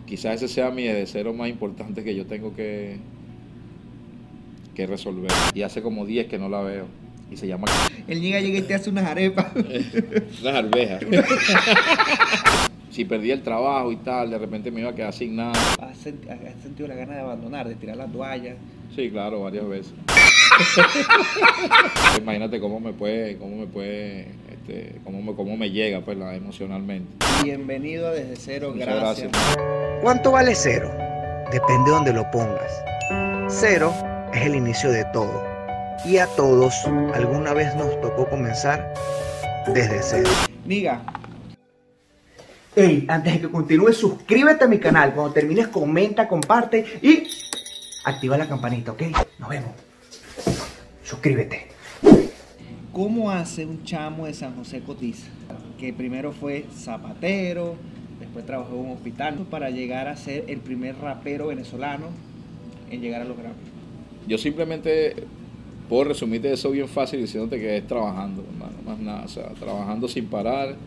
quizás ese sea mi desde cero más importante que yo tengo que resolver. Y hace como 10 que no la veo. Y se llama... El Ñiga llega y te hace unas arepas. Unas arvejas. Si perdí el trabajo y tal, de repente me iba a quedar sin nada. ¿Has sentido la gana de abandonar, de tirar la toalla? Sí, claro, varias veces. Imagínate cómo me llega pues, emocionalmente. Bienvenido a Desde Cero, Muchas gracias. ¿Cuánto vale cero? Depende de donde lo pongas. Cero es el inicio de todo. Y a todos alguna vez nos tocó comenzar desde cero. Niga, Hey, antes de que continúe, suscríbete a mi canal. Cuando termines, comenta, comparte y activa la campanita, ¿ok? Nos vemos. Suscríbete. ¿cómo hace un chamo de San José Cotiza? Que primero fue zapatero, después trabajó en un hospital, para llegar a ser el primer rapero venezolano en llegar a los Grammy. Yo simplemente puedo resumirte eso bien fácil diciéndote que es trabajando, hermano, más nada, o sea, trabajando sin parar.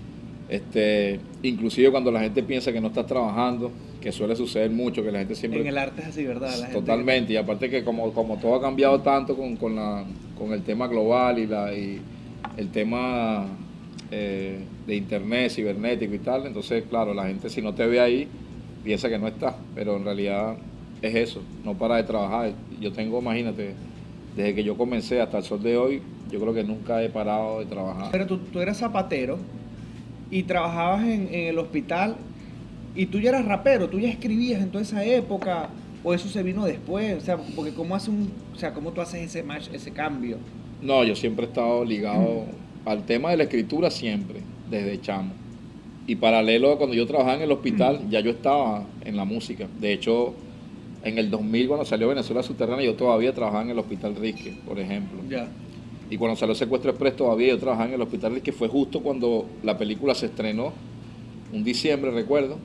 Inclusive cuando la gente piensa que no estás trabajando, que suele suceder mucho, que la gente siempre... En el arte es así, ¿verdad? La gente... Totalmente, y aparte que como todo ha cambiado tanto con el tema global y el tema de internet, cibernético y tal, entonces claro, la gente si no te ve ahí, piensa que no está, pero en realidad es eso, no para de trabajar. Yo tengo, imagínate, desde que yo comencé hasta el sol de hoy, yo creo que nunca he parado de trabajar. Pero tú eras zapatero y trabajabas en el hospital y tú ya eras rapero, tú ya escribías en toda esa época, o eso se vino después, o sea, porque cómo tú haces ese match, ese cambio. No, yo siempre he estado ligado al tema de la escritura siempre, desde chamo. Y paralelo a cuando yo trabajaba en el hospital, ya yo estaba en la música. De hecho, en el 2000 cuando salió Venezuela Subterránea, yo todavía trabajaba en el Hospital Risque, por ejemplo. Ya. Y cuando salió Secuestro Express todavía yo trabajaba en el Hospital Risque, fue justo cuando la película se estrenó, un diciembre recuerdo,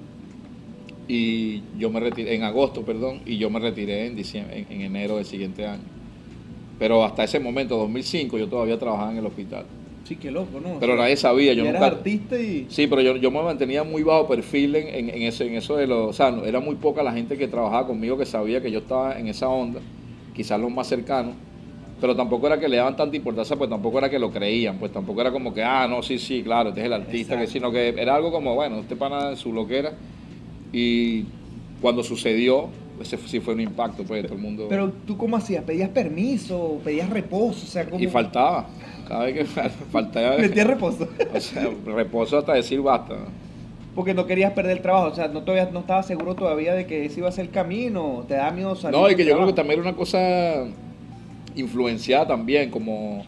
y yo me retiré, en agosto, perdón, y yo me retiré en diciembre, en enero del siguiente año. Pero hasta ese momento, 2005, yo todavía trabajaba en el hospital. Sí, qué loco, ¿no? Pero nadie sabía, yo ya nunca... eras artista y... Sí, pero yo me mantenía muy bajo perfil en eso de los... O sea, era muy poca la gente que trabajaba conmigo que sabía que yo estaba en esa onda, quizás los más cercanos, pero tampoco era que le daban tanta importancia, pues tampoco era que lo creían, pues tampoco era como que, no, sí, claro, este es el artista, que, sino que era algo como, bueno, este pana en su loquera, y cuando sucedió, ese sí fue un impacto, pues, de todo el mundo. Pero tú cómo hacías, pedías permiso, pedías reposo, o sea, ¿cómo? Y faltaba, cada vez que faltaba... Metías reposo. O sea, reposo hasta decir basta. Porque no querías perder el trabajo, o sea, no estabas seguro todavía de que ese iba a ser el camino, te da miedo salir. No, y que yo creo que trabajo. también era una cosa influenciada también, como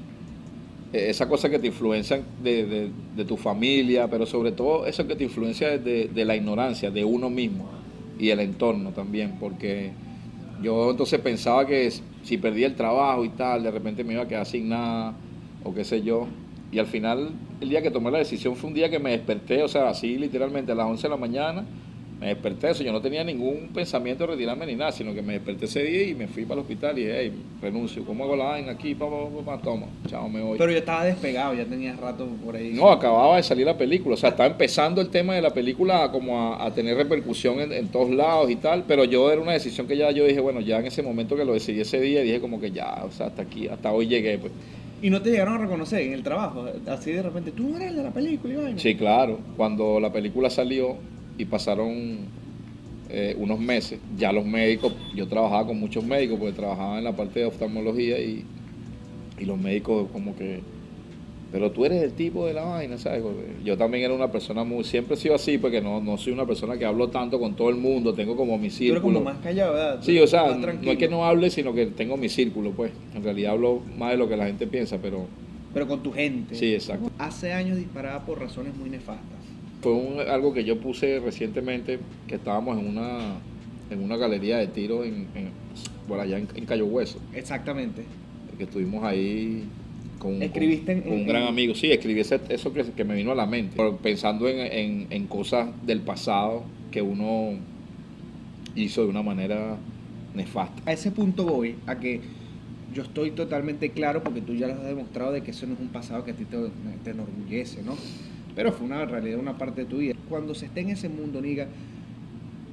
esa cosa que te influencian de tu familia, pero sobre todo eso que te influencia de la ignorancia, de uno mismo y el entorno también, porque yo entonces pensaba que si perdía el trabajo y tal, de repente me iba a quedar sin nada, o qué sé yo, y al final el día que tomé la decisión fue un día que me desperté, o sea, así literalmente a las 11 de la mañana, me desperté, eso, yo no tenía ningún pensamiento de retirarme ni nada, sino que me desperté ese día y me fui para el hospital y dije, hey, renuncio, ¿cómo hago la vaina aquí? Toma, chao, me voy. Pero yo estaba despegado, ya tenías rato por ahí. No, acababa de salir la película, o sea, estaba empezando el tema de la película como a tener repercusión en todos lados y tal, pero yo era una decisión que ya yo dije, bueno, ya en ese momento que lo decidí ese día, dije como que ya, o sea, hasta aquí, hasta hoy llegué, pues. ¿Y no te llegaron a reconocer en el trabajo? Así de repente, tú no eres el de la película y vaina. Sí, claro, cuando la película salió y pasaron unos meses, ya los médicos, yo trabajaba con muchos médicos porque trabajaba en la parte de oftalmología y los médicos como que, pero tú eres el tipo de la vaina, ¿sabes? Porque yo también era una persona siempre he sido así porque no soy una persona que hablo tanto con todo el mundo, tengo como mi Tú círculo. eres como más callado, ¿verdad? Sí, o sea, Más no tranquilo. es que no hable, sino que tengo mi círculo, pues. En realidad hablo más de lo que la gente piensa, pero Pero con tu gente. sí, exacto. Hace años disparaba por razones muy nefastas. Fue algo que yo puse recientemente, que estábamos en una galería de tiro por allá en Cayo Hueso, Exactamente. que estuvimos ahí ¿Escribiste con un gran amigo. Sí, escribí eso que me vino a la mente, pensando en cosas del pasado que uno hizo de una manera nefasta. A ese punto voy, a que yo estoy totalmente claro, porque tú ya lo has demostrado, de que eso no es un pasado que a ti te enorgullece, ¿no? Pero fue una realidad, una parte de tu vida. Cuando se esté en ese mundo, Niga,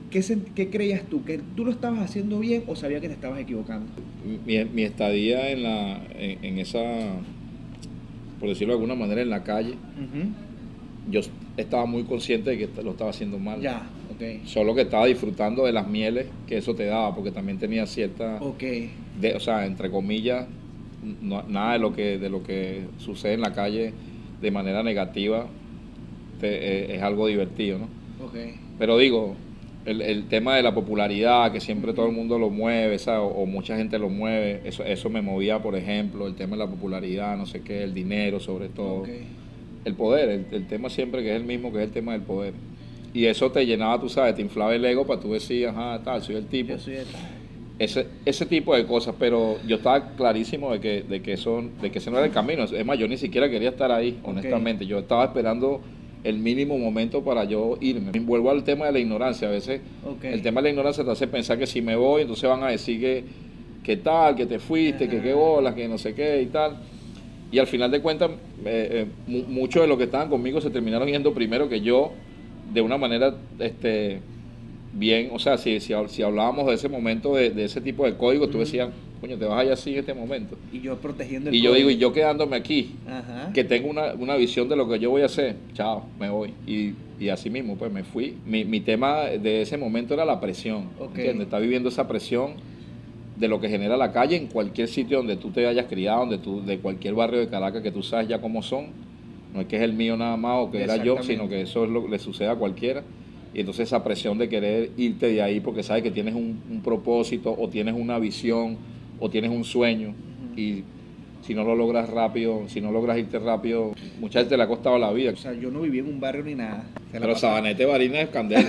¿Qué creías tú? ¿Que tú lo estabas haciendo bien o sabías que te estabas equivocando? Mi estadía en esa, por decirlo de alguna manera, en la calle, yo estaba muy consciente de que lo estaba haciendo mal. Ya, ok. Solo que estaba disfrutando de las mieles que eso te daba, porque también tenía cierta, Ok. o sea, entre comillas, nada de lo que sucede en la calle de manera negativa es algo divertido, ¿no? Ok. Pero digo, el tema de la popularidad, que siempre todo el mundo lo mueve, ¿sabes? O mucha gente lo mueve, eso me movía, por ejemplo, el tema de la popularidad, no sé qué, el dinero sobre todo. Ok. El poder, el tema siempre que es el mismo, que es el tema del poder. Y eso te llenaba, tú sabes, te inflaba el ego para tú decir, ajá, tal, soy el tipo. Yo soy el... Ese tipo de cosas, pero yo estaba clarísimo de que ese no era el camino. Es más, yo ni siquiera quería estar ahí, honestamente. Yo estaba esperando el mínimo momento para yo irme. Vuelvo al tema de la ignorancia. A veces el tema de la ignorancia te hace pensar que si me voy, entonces van a decir que tal, que te fuiste, que qué bolas, que no sé qué y tal. Y al final de cuentas, muchos de los que estaban conmigo se terminaron yendo primero que yo, de una manera bien. O sea, si hablábamos de ese momento, de ese tipo de código, tú decías, coño, te vas allá así en este momento. Y yo protegiendo el Y yo código. digo, y yo quedándome aquí, Ajá. que tengo una visión de lo que yo voy a hacer, chao, me voy. Y así mismo, pues me fui. Mi tema de ese momento era la presión, ¿entiendes? Estás viviendo esa presión de lo que genera la calle en cualquier sitio donde tú te hayas criado, de cualquier barrio de Caracas que tú sabes ya cómo son. No es que es el mío nada más o que era yo, sino que eso es lo que le sucede a cualquiera. Y entonces esa presión de querer irte de ahí porque sabes que tienes un propósito o tienes una visión o tienes un sueño y si no lo logras rápido, si no logras irte rápido, mucha gente le ha costado la vida. O sea, yo no vivía en un barrio ni nada. Pero Sabanete Barinas es candela.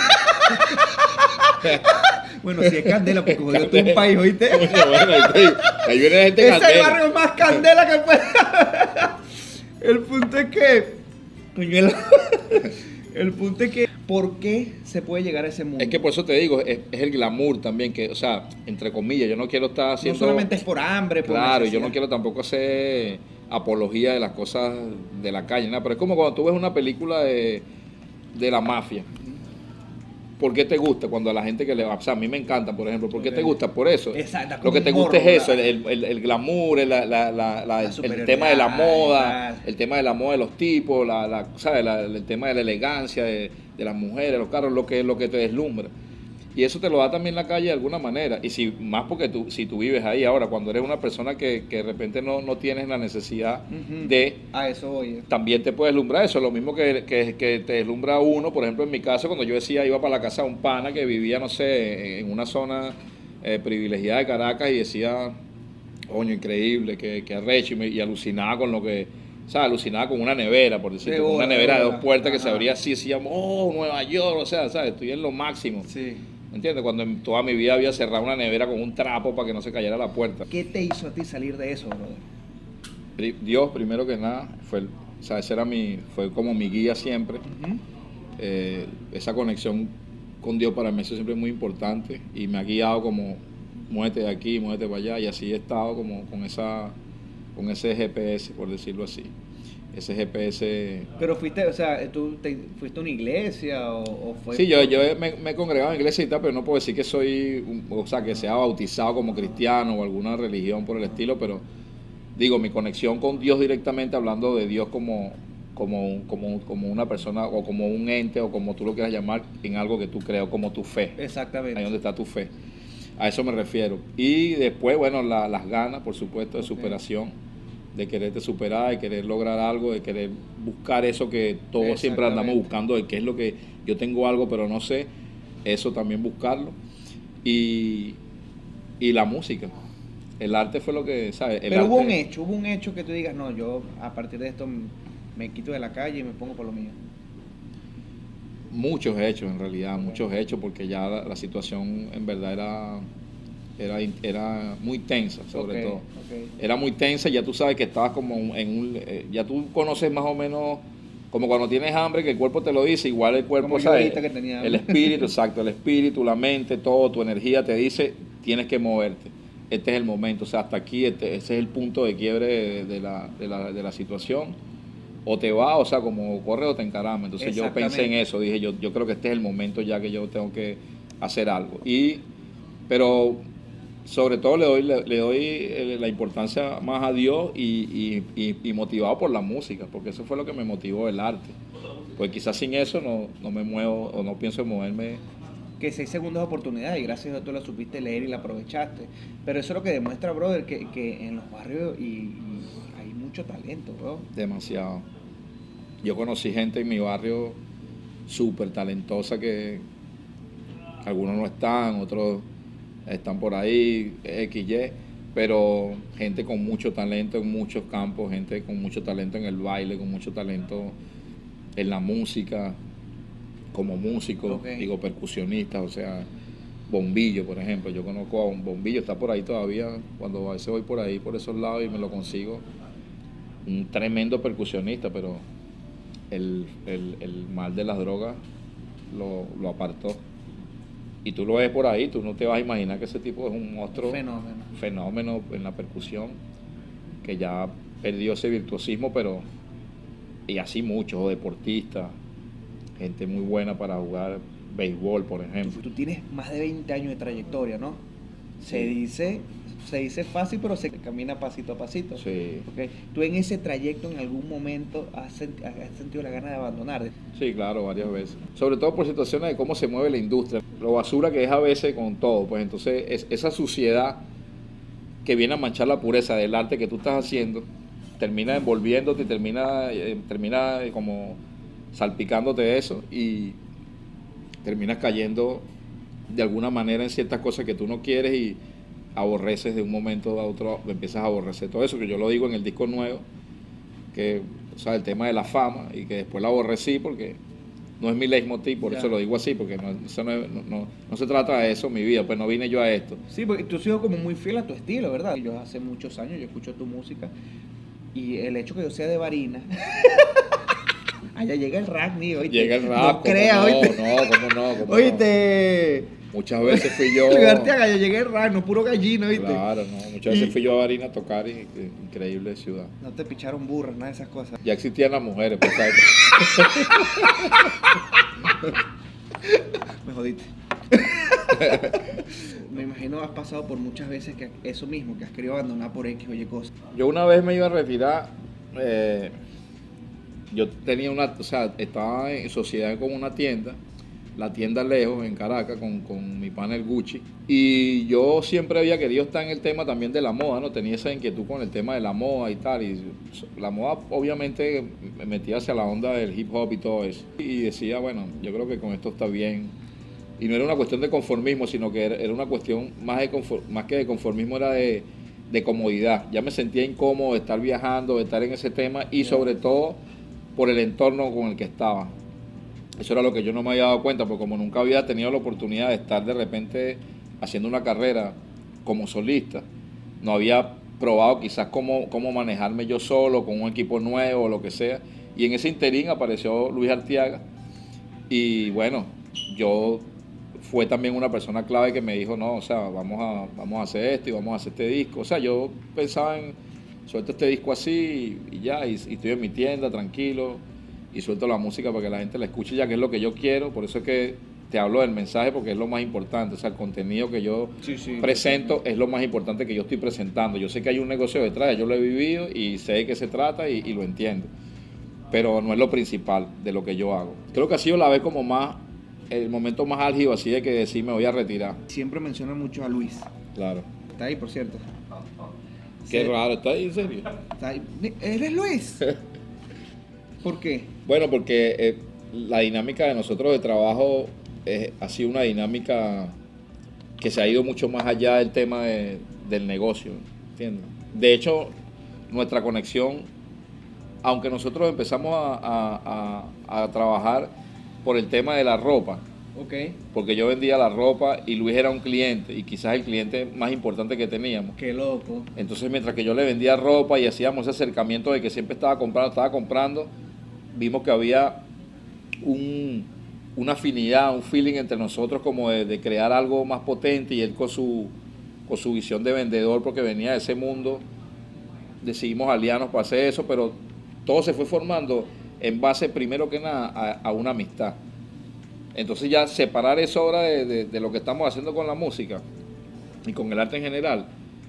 Bueno, si es candela, porque jodió todo un país, ¿oíste? Bueno, ahí viene gente Ese candela. es el barrio más candela que puede. El punto es que... Coño, el punto es que... ¿Por qué se puede llegar a ese mundo? Es que por eso te digo, es el glamour también, que, o sea, entre comillas, yo no quiero estar haciendo... No solamente es por hambre, por claro, necesidad. yo no quiero tampoco hacer apología de las cosas de la calle, nada, pero es como cuando tú ves una película de la mafia. ¿Por qué te gusta? Cuando a la gente que le va... O sea, a mí me encanta, por ejemplo. ¿Por qué te gusta? Por eso. Exacto. Lo que te gusta es eso, el glamour, el tema de la moda, el tema de la moda de los tipos, ¿sabes? El tema de la elegancia de las mujeres, los carros, lo que te deslumbra. Y eso te lo da también la calle de alguna manera. Y si más porque si tú vives ahí ahora, cuando eres una persona que de repente no tienes la necesidad de... A eso voy. También te puede deslumbrar eso. Lo mismo que te deslumbra uno, por ejemplo, en mi caso, cuando yo decía, iba para la casa de un pana que vivía, no sé, en una zona privilegiada de Caracas y decía, coño, increíble, que arrecho, y alucinaba con lo que... O sea, alucinaba con una nevera, por decirlo, con una nevera de 2 puertas que se abría así, decíamos, oh, Nueva York, o sea, ¿sabes? Estoy en lo máximo. Sí. ¿Entiendes? Cuando en toda mi vida había cerrado una nevera con un trapo para que no se cayera la puerta. ¿Qué te hizo a ti salir de eso, brother? Dios, primero que nada, ese fue como mi guía siempre. Esa conexión con Dios para mí eso siempre es muy importante y me ha guiado como, muévete de aquí, muévete para allá, y así he estado como con ese GPS, por decirlo así. Ese GPS... Pero fuiste, o sea, fuiste a una iglesia o fue... Sí, yo me he congregado en iglesia y tal, pero no puedo decir que que sea bautizado como cristiano o alguna religión por el estilo, pero digo, mi conexión con Dios directamente, hablando de Dios como una persona o como un ente o como tú lo quieras llamar, en algo que tú creas, como tu fe. Exactamente. Ahí donde está tu fe. A eso me refiero. Y después, bueno, las ganas, por supuesto, de superación, de quererte superar, de querer lograr algo, de querer buscar eso que todos siempre andamos buscando, de qué es lo que yo tengo algo pero no sé, eso también buscarlo. Y la música. El arte fue lo que, ¿sabes? Pero hubo un hecho que tú digas, no, yo a partir de esto me quito de la calle y me pongo por lo mío. Muchos hechos, en realidad, muchos hechos, porque ya la situación en verdad era muy tensa, sobre todo. Era muy tensa, ya tú sabes que estabas como ya tú conoces más o menos, como cuando tienes hambre, que el cuerpo te lo dice, igual el cuerpo, ¿sabes? El espíritu, exacto, el espíritu, la mente, todo, tu energía te dice, tienes que moverte. Este es el momento, o sea, hasta aquí, ese es el punto de quiebre de la situación. O te va, o sea, como corre o te encarama. Entonces yo pensé en eso, dije yo creo que este es el momento ya que yo tengo que hacer algo. Pero sobre todo le doy la importancia más a Dios y motivado por la música, porque eso fue lo que me motivó el arte. Pues quizás sin eso no me muevo o no pienso en moverme. Que 6 segundos de oportunidad y gracias a Dios tú la supiste leer y la aprovechaste. Pero eso es lo que demuestra, brother, que en los barrios y hay mucho talento, bro. Demasiado. Yo conocí gente en mi barrio súper talentosa que algunos no están, otros están por ahí, XY, pero gente con mucho talento en muchos campos, gente con mucho talento en el baile, con mucho talento en la música, como músico, digo percusionistas, o sea, Bombillo, por ejemplo. Yo conozco a un Bombillo, está por ahí todavía, cuando a veces voy por ahí, por esos lados y me lo consigo, un tremendo percusionista, pero el mal de las drogas lo apartó. Y tú lo ves por ahí, tú no te vas a imaginar que ese tipo es un monstruo, fenómeno en la percusión, que ya perdió ese virtuosismo, pero y así muchos, deportistas, gente muy buena para jugar béisbol, por ejemplo. Tú tienes más de 20 años de trayectoria, ¿no? Sí. Se dice fácil, pero se camina pasito a pasito. Sí. Okay. ¿Tú en ese trayecto en algún momento has sentido la gana de abandonar? Sí, claro, varias veces. Sobre todo por situaciones de cómo se mueve la industria. Lo basura que es a veces con todo. Pues entonces esa suciedad que viene a manchar la pureza del arte que tú estás haciendo, termina envolviéndote y termina como salpicándote de eso y terminas cayendo de alguna manera en ciertas cosas que tú no quieres y aborreces de un momento a otro, empiezas a aborrecer todo eso, que yo lo digo en el disco nuevo, que, o sea, el tema de la fama, y que después lo aborrecí porque no es mi leitmotiv, por eso lo digo así, porque no se trata de eso mi vida, pues no vine yo a esto. Sí, porque tú has sido como muy fiel a tu estilo, ¿verdad? Yo hace muchos años, yo escucho tu música, y el hecho que yo sea de Barinas... Allá llega el rap, mío, ¿oíste? Llega el rap, no creas, ¿oíste? ¿Cómo ¿Oíste? Muchas veces fui yo... Allá llega el rap, no puro gallino, ¿oíste? Claro, no, muchas veces fui yo a Barinas a tocar y increíble ciudad. No te picharon burras, nada de esas cosas. Ya existían las mujeres, pues, ¿sabes? Me jodiste. Me imagino has pasado por muchas veces que eso mismo, que has querido abandonar por X o Y cosas. Yo una vez me iba a retirar, yo tenía estaba en sociedad con una tienda, la tienda lejos en Caracas con mi pana el Gucci, y yo siempre había querido estar en el tema también de la moda, ¿no? Tenía esa inquietud con el tema de la moda y tal, y la moda obviamente me metía hacia la onda del hip hop y todo eso, y decía, bueno, yo creo que con esto está bien, y no era una cuestión de conformismo, sino que era una cuestión más que de conformismo, era de comodidad. Ya me sentía incómodo de estar viajando, de estar en ese tema, y sobre todo por el entorno con el que estaba. Eso era lo que yo no me había dado cuenta, porque como nunca había tenido la oportunidad de estar de repente haciendo una carrera como solista, no había probado quizás cómo manejarme yo solo, con un equipo nuevo o lo que sea. Y en ese interín apareció Luis Arteaga, y bueno, fue también una persona clave que me dijo, no, o sea, vamos a hacer esto y vamos a hacer este disco. O sea, yo pensaba en suelto este disco así y ya, y estoy en mi tienda tranquilo y suelto la música para que la gente la escuche ya, que es lo que yo quiero. Por eso es que te hablo del mensaje, porque es lo más importante. O sea, el contenido que yo presento es lo más importante que yo estoy presentando. Yo sé que hay un negocio detrás, yo lo he vivido y sé de qué se trata y lo entiendo, pero no es lo principal de lo que yo hago. Creo que ha sido la vez como más, el momento más álgido así de que decir me voy a retirar. Siempre menciona mucho a Luis. Claro. Está ahí, por cierto. Qué raro, ¿está ahí en serio? Está ahí. ¿Eres Luis? ¿Por qué? Bueno, porque la dinámica de nosotros de trabajo ha sido una dinámica que se ha ido mucho más allá del tema del negocio, ¿entiendes? De hecho, nuestra conexión, aunque nosotros empezamos a trabajar por el tema de la ropa, Okay. Porque yo vendía la ropa y Luis era un cliente, y quizás el cliente más importante que teníamos. Qué loco. Entonces, mientras que yo le vendía ropa y hacíamos ese acercamiento de que siempre estaba comprando, vimos que había una afinidad, un feeling entre nosotros como de crear algo más potente, y él con su visión de vendedor, porque venía de ese mundo, decidimos aliarnos para hacer eso, pero todo se fue formando en base, primero que nada, a una amistad. Entonces ya separar eso ahora de lo que estamos haciendo con la música y con el arte en general,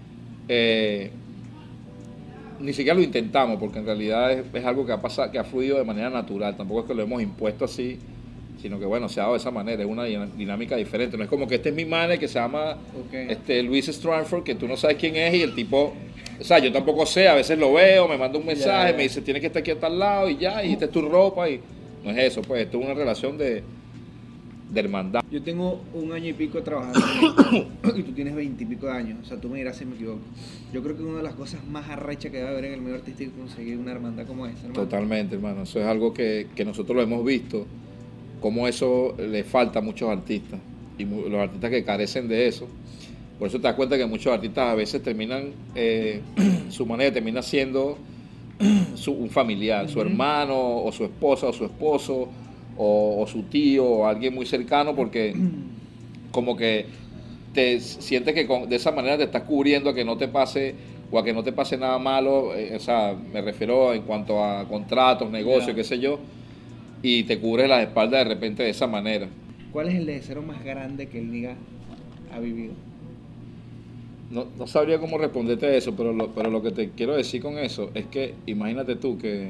ni siquiera lo intentamos, porque en realidad es algo que ha pasado, que ha fluido de manera natural. Tampoco es que lo hemos impuesto así, sino que bueno, se ha dado de esa manera, es una dinámica diferente. No es como que este es mi manager que se llama Luis Stranford, que tú no sabes quién es, y el tipo, o sea, yo tampoco sé, a veces lo veo, me manda un mensaje, me dice tienes que estar aquí a tal lado y ya, y esta es tu ropa, y no es eso, pues esto es una relación de hermandad. Yo tengo 1 año y pico trabajando y tú tienes 20 y pico de años, o sea, tú me dirás si me equivoco. Yo creo que una de las cosas más arrechas que debe haber en el medio artístico es conseguir una hermandad como esa, hermano. Totalmente, hermano, eso es algo que nosotros lo hemos visto, cómo eso le falta a muchos artistas, y los artistas que carecen de eso. Por eso te das cuenta que muchos artistas a veces terminan, su manera termina siendo un familiar, su hermano, o su esposa, o su esposo, o su tío, o alguien muy cercano, porque como que te sientes que de esa manera te estás cubriendo a que no te pase, o a que no te pase nada malo, o sea, me refiero en cuanto a contratos, negocios, qué sé yo, y te cubres las espaldas de repente de esa manera. ¿Cuál es el deseo más grande que el Niga ha vivido? No sabría cómo responderte a eso, pero lo que te quiero decir con eso es que imagínate tú que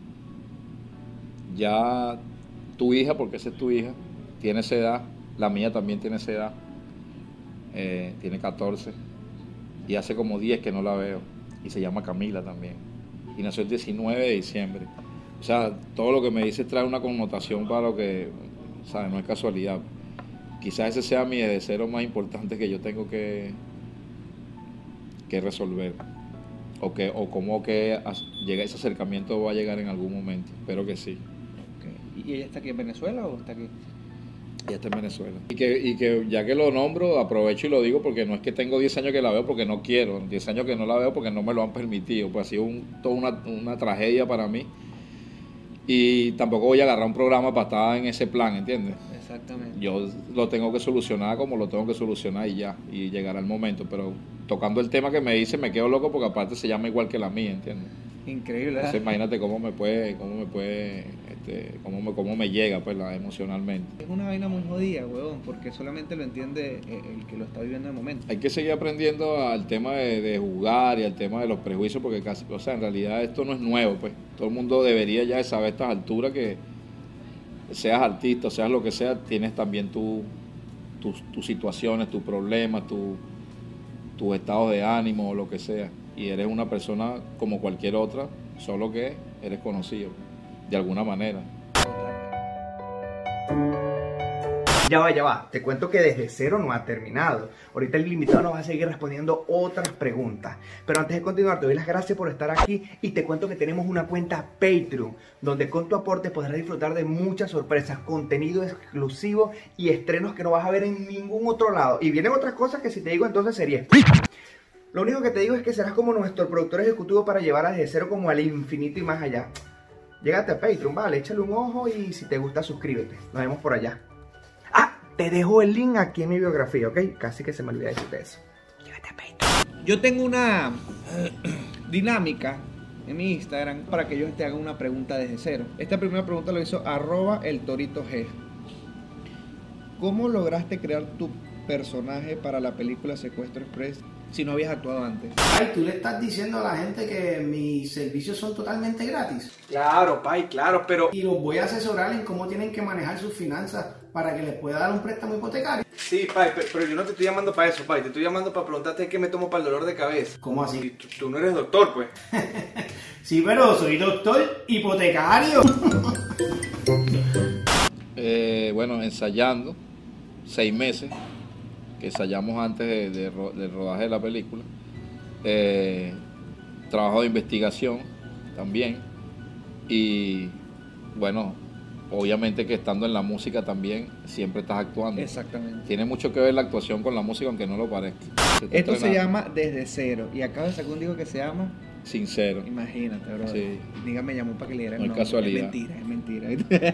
ya tu hija, porque esa es tu hija, tiene esa edad, la mía también tiene esa edad, tiene 14, y hace como 10 que no la veo, y se llama Camila también, y nació el 19 de diciembre. O sea, todo lo que me dices trae una connotación para lo que, ¿sabes? No es casualidad. Quizás ese sea mi deseo más importante que yo tengo que resolver, o cómo que llega ese acercamiento va a llegar en algún momento. Espero que sí. ¿Y ella está aquí en Venezuela o está aquí? Ella está en Venezuela. Y que ya que lo nombro, aprovecho y lo digo, porque no es que tengo 10 años que la veo porque no quiero, 10 años que no la veo porque no me lo han permitido. Pues ha sido toda una tragedia para mí. Y tampoco voy a agarrar un programa para estar en ese plan, ¿entiendes? Exactamente. Yo lo tengo que solucionar como lo tengo que solucionar y ya, y llegará el momento. Pero tocando el tema que me dice, me quedo loco porque aparte se llama igual que la mía, ¿entiendes? Increíble. Entonces imagínate cómo me llega pues emocionalmente. Es una vaina muy jodida, huevón, porque solamente lo entiende el que lo está viviendo en el momento. Hay que seguir aprendiendo al tema de jugar y al tema de los prejuicios, porque casi, o sea, en realidad esto no es nuevo, pues. Todo el mundo debería ya de saber a estas alturas que seas artista, seas lo que sea, tienes también tus situaciones, tus problemas, tus estados de ánimo o lo que sea. Y eres una persona como cualquier otra, solo que eres conocido, de alguna manera. Ya va. Te cuento que Desde Cero no ha terminado. Ahorita el invitado nos va a seguir respondiendo otras preguntas. Pero antes de continuar, te doy las gracias por estar aquí y te cuento que tenemos una cuenta Patreon, donde con tu aporte podrás disfrutar de muchas sorpresas, contenido exclusivo y estrenos que no vas a ver en ningún otro lado. Y vienen otras cosas que si te digo entonces sería... Lo único que te digo es que serás como nuestro productor ejecutivo para llevar a Desde Cero como al infinito y más allá. Llégate a Patreon, vale, échale un ojo y si te gusta suscríbete. Nos vemos por allá. Ah, te dejo el link aquí en mi biografía, ¿ok? Casi que se me olvida decirte eso. Llégate a Patreon. Yo tengo una dinámica en mi Instagram para que ellos te hagan una pregunta desde cero. Esta primera pregunta lo hizo @eltoritoG. ¿Cómo lograste crear tu personaje para la película Secuestro Express si no habías actuado antes? Ay, tú le estás diciendo a la gente que mis servicios son totalmente gratis. Claro, Pai, claro, pero... Y los voy a asesorar en cómo tienen que manejar sus finanzas para que les pueda dar un préstamo hipotecario. Sí, Pai, pero yo no te estoy llamando para eso, Pai. Te estoy llamando para preguntarte qué me tomo para el dolor de cabeza. ¿Cómo así? Y tú no eres doctor, pues. Sí, pero soy doctor hipotecario. Bueno, ensayando 6 meses, que ensayamos antes del rodaje de la película. Trabajo de investigación también. Y bueno, obviamente que estando en la música también siempre estás actuando. Exactamente. Tiene mucho que ver la actuación con la música, aunque no lo parezca. Esto se llama Desde Cero. Y acaba de sacar un disco que se llama Sincero. Imagínate, bro. Sí. Diga, me llamó para que le diera el No es nombre. casualidad. Es mentira.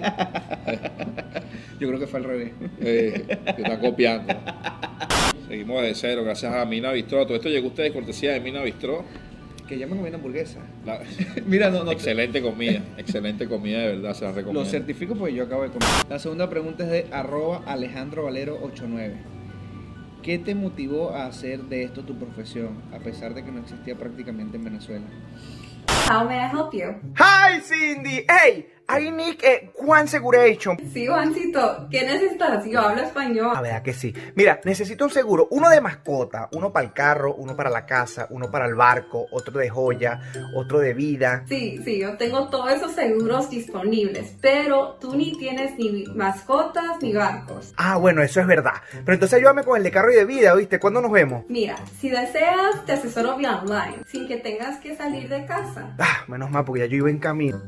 Yo creo que fue al revés. Que está copiando. Seguimos Desde Cero, gracias a Mina Bistró. Todo esto llegó a ustedes cortesía de Mina Bistró, Que ya me comí una hamburguesa. La- Mira, no, excelente comida de verdad, se la recomiendo. lo certifico porque yo acabo de comer. La segunda pregunta es de @AlejandroValero89. ¿Qué te motivó a hacer de esto tu profesión, a pesar de que no existía prácticamente en Venezuela? How may I help you? Hi Cindy, hey, I need one seguration. Sí, Juancito, ¿qué necesitas? Yo hablo español. A ver, que sí. Mira, necesito un seguro, uno de mascota, uno para el carro, uno para la casa, uno para el barco, otro de joya, otro de vida. Sí, yo tengo todos esos seguros disponibles, pero tú ni tienes ni mascotas ni barcos. Ah, bueno, eso es verdad. Pero entonces ayúdame con el de carro y de vida, ¿oíste? ¿Cuándo nos vemos? Mira, si deseas, te asesoro vía online, sin que tengas que salir de casa. Ah, menos mal, porque ya yo iba en camino.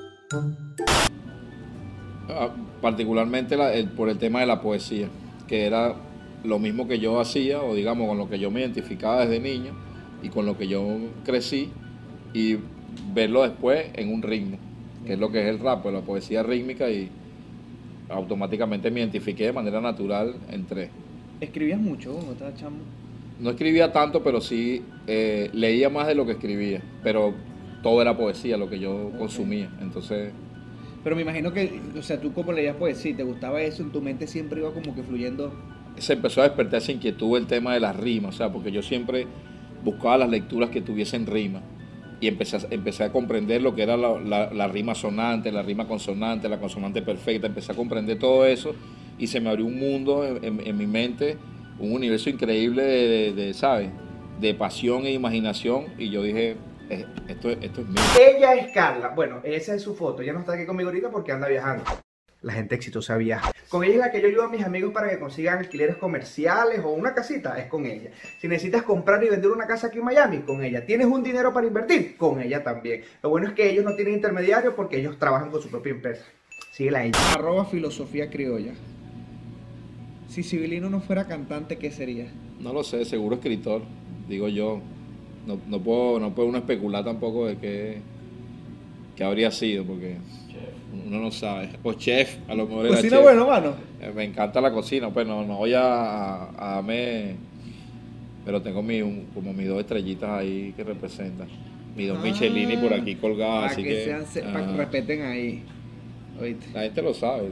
Particularmente por el tema de la poesía, que era lo mismo que yo hacía, o digamos con lo que yo me identificaba desde niño y con lo que yo crecí, y verlo después en un ritmo, que es lo que es el rap, pues, la poesía rítmica, y automáticamente me identifiqué de manera natural entre... ¿Escribías mucho cuando estabas chamo? No escribía tanto, pero sí leía más de lo que escribía, pero todo era poesía lo que yo consumía, entonces... Pero me imagino que, o sea, tú como leías poesía, ¿te gustaba eso? En tu mente siempre iba como que fluyendo. Se empezó a despertar esa inquietud el tema de las rimas, o sea, porque yo siempre buscaba las lecturas que tuviesen rima y empecé a comprender lo que era la rima sonante, la rima consonante, la consonante perfecta, empecé a comprender todo eso y se me abrió un mundo en mi mente, un universo increíble ¿sabes? De pasión e imaginación, y yo dije, esto es mío. Ella es Carla. Bueno, esa es su foto. Ella no está aquí conmigo ahorita porque anda viajando. La gente exitosa viaja. Con ella es la que yo ayudo a mis amigos para que consigan alquileres comerciales o una casita, es con ella. Si necesitas comprar y vender una casa aquí en Miami, con ella. ¿Tienes un dinero para invertir? Con ella también. Lo bueno es que ellos no tienen intermediarios porque ellos trabajan con su propia empresa. Síguela a ella. @filosofía criolla. Si Civilino no fuera cantante, ¿qué sería? No lo sé, seguro escritor, digo yo. No puedo uno especular tampoco de qué habría sido, porque uno no sabe. O chef, a lo mejor era ¿Cocina chef. bueno, mano? Me encanta la cocina, pues no voy a darme, pero tengo como mis 2 estrellitas ahí que representan. Mis 2 Michelini por aquí colgadas, Para así que, que... para que respeten ahí. ¿Oíste? La gente lo sabe.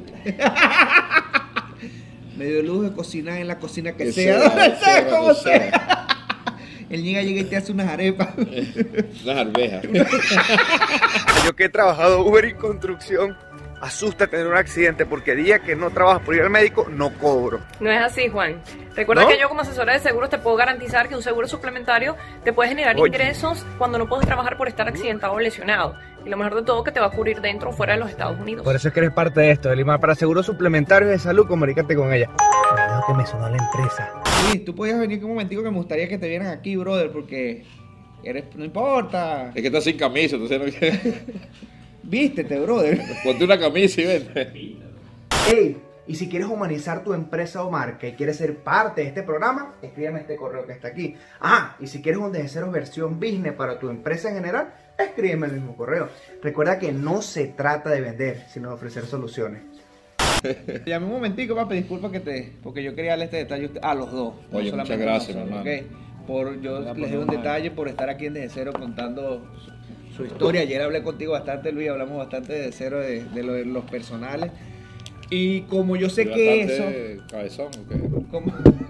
Medio lujo de cocinar en la cocina que Que sea, sea, donde sea, como sea. sea. El niño llega y te hace unas arepas. Unas arvejas. Yo que he trabajado Uber y construcción, asusta tener un accidente porque día que no trabajas por ir al médico, no cobro. No es así, Juan. Recuerda ¿No? que yo como asesora de seguros te puedo garantizar que un seguro suplementario te puede generar Oye. ingresos cuando no puedes trabajar por estar accidentado o lesionado. Y lo mejor de todo, que te va a cubrir dentro o fuera de los Estados Unidos. Por eso es que eres parte de esto, Lima. Para seguros suplementarios de salud, comunícate con ella. Cuidado que me sonó la empresa. Sí, tú podías venir un momentico que me gustaría que te vieran aquí, brother, porque no importa. Es que estás sin camisa, entonces no quieres... Vístete, brother. Ponte una camisa y vente. Hey, y si quieres humanizar tu empresa o marca y quieres ser parte de este programa, escríbeme este correo que está aquí. Ah, y si quieres un desde cero versión business para tu empresa en general, escríbeme el mismo correo. Recuerda que no se trata de vender, sino de ofrecer soluciones. Te llamé un momentico, papi, disculpa porque yo quería darle este detalle a los dos. no Oye, solamente muchas gracias, a nosotros, mi ¿ok? Yo les doy un detalle por estar aquí en Desde Cero contando su historia. Ayer hablé contigo bastante, Luis, hablamos bastante de cero, de los personales. Y como yo sé que eso... Bastante cabezón, ¿o qué? Como...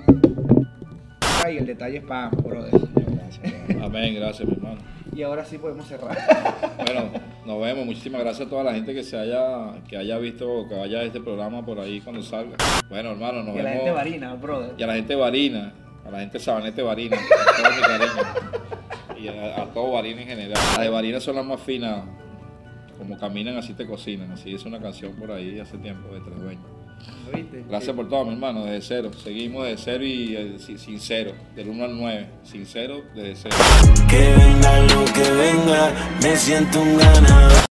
Y el detalle es para brother. Amén, gracias, mi hermano. Y ahora sí podemos cerrar. Bueno, nos vemos. Muchísimas gracias a toda la gente que haya visto, que vaya a este programa por ahí cuando salga. Bueno, hermano, nos Y a vemos. la gente varina, brother. Y a la gente varina, a la gente sabanete varina, a todo mi cariño. Y a todo varina en general. Las de varina son las más finas. Como caminan, así te cocinan. Así es una canción por ahí hace tiempo de Tres Dueños. ¿Oíste? Gracias por todo, mi hermano, desde cero. Seguimos desde cero y sincero, del 1 al 9. Sincero, desde cero. Que venga lo que venga, me siento un ganador.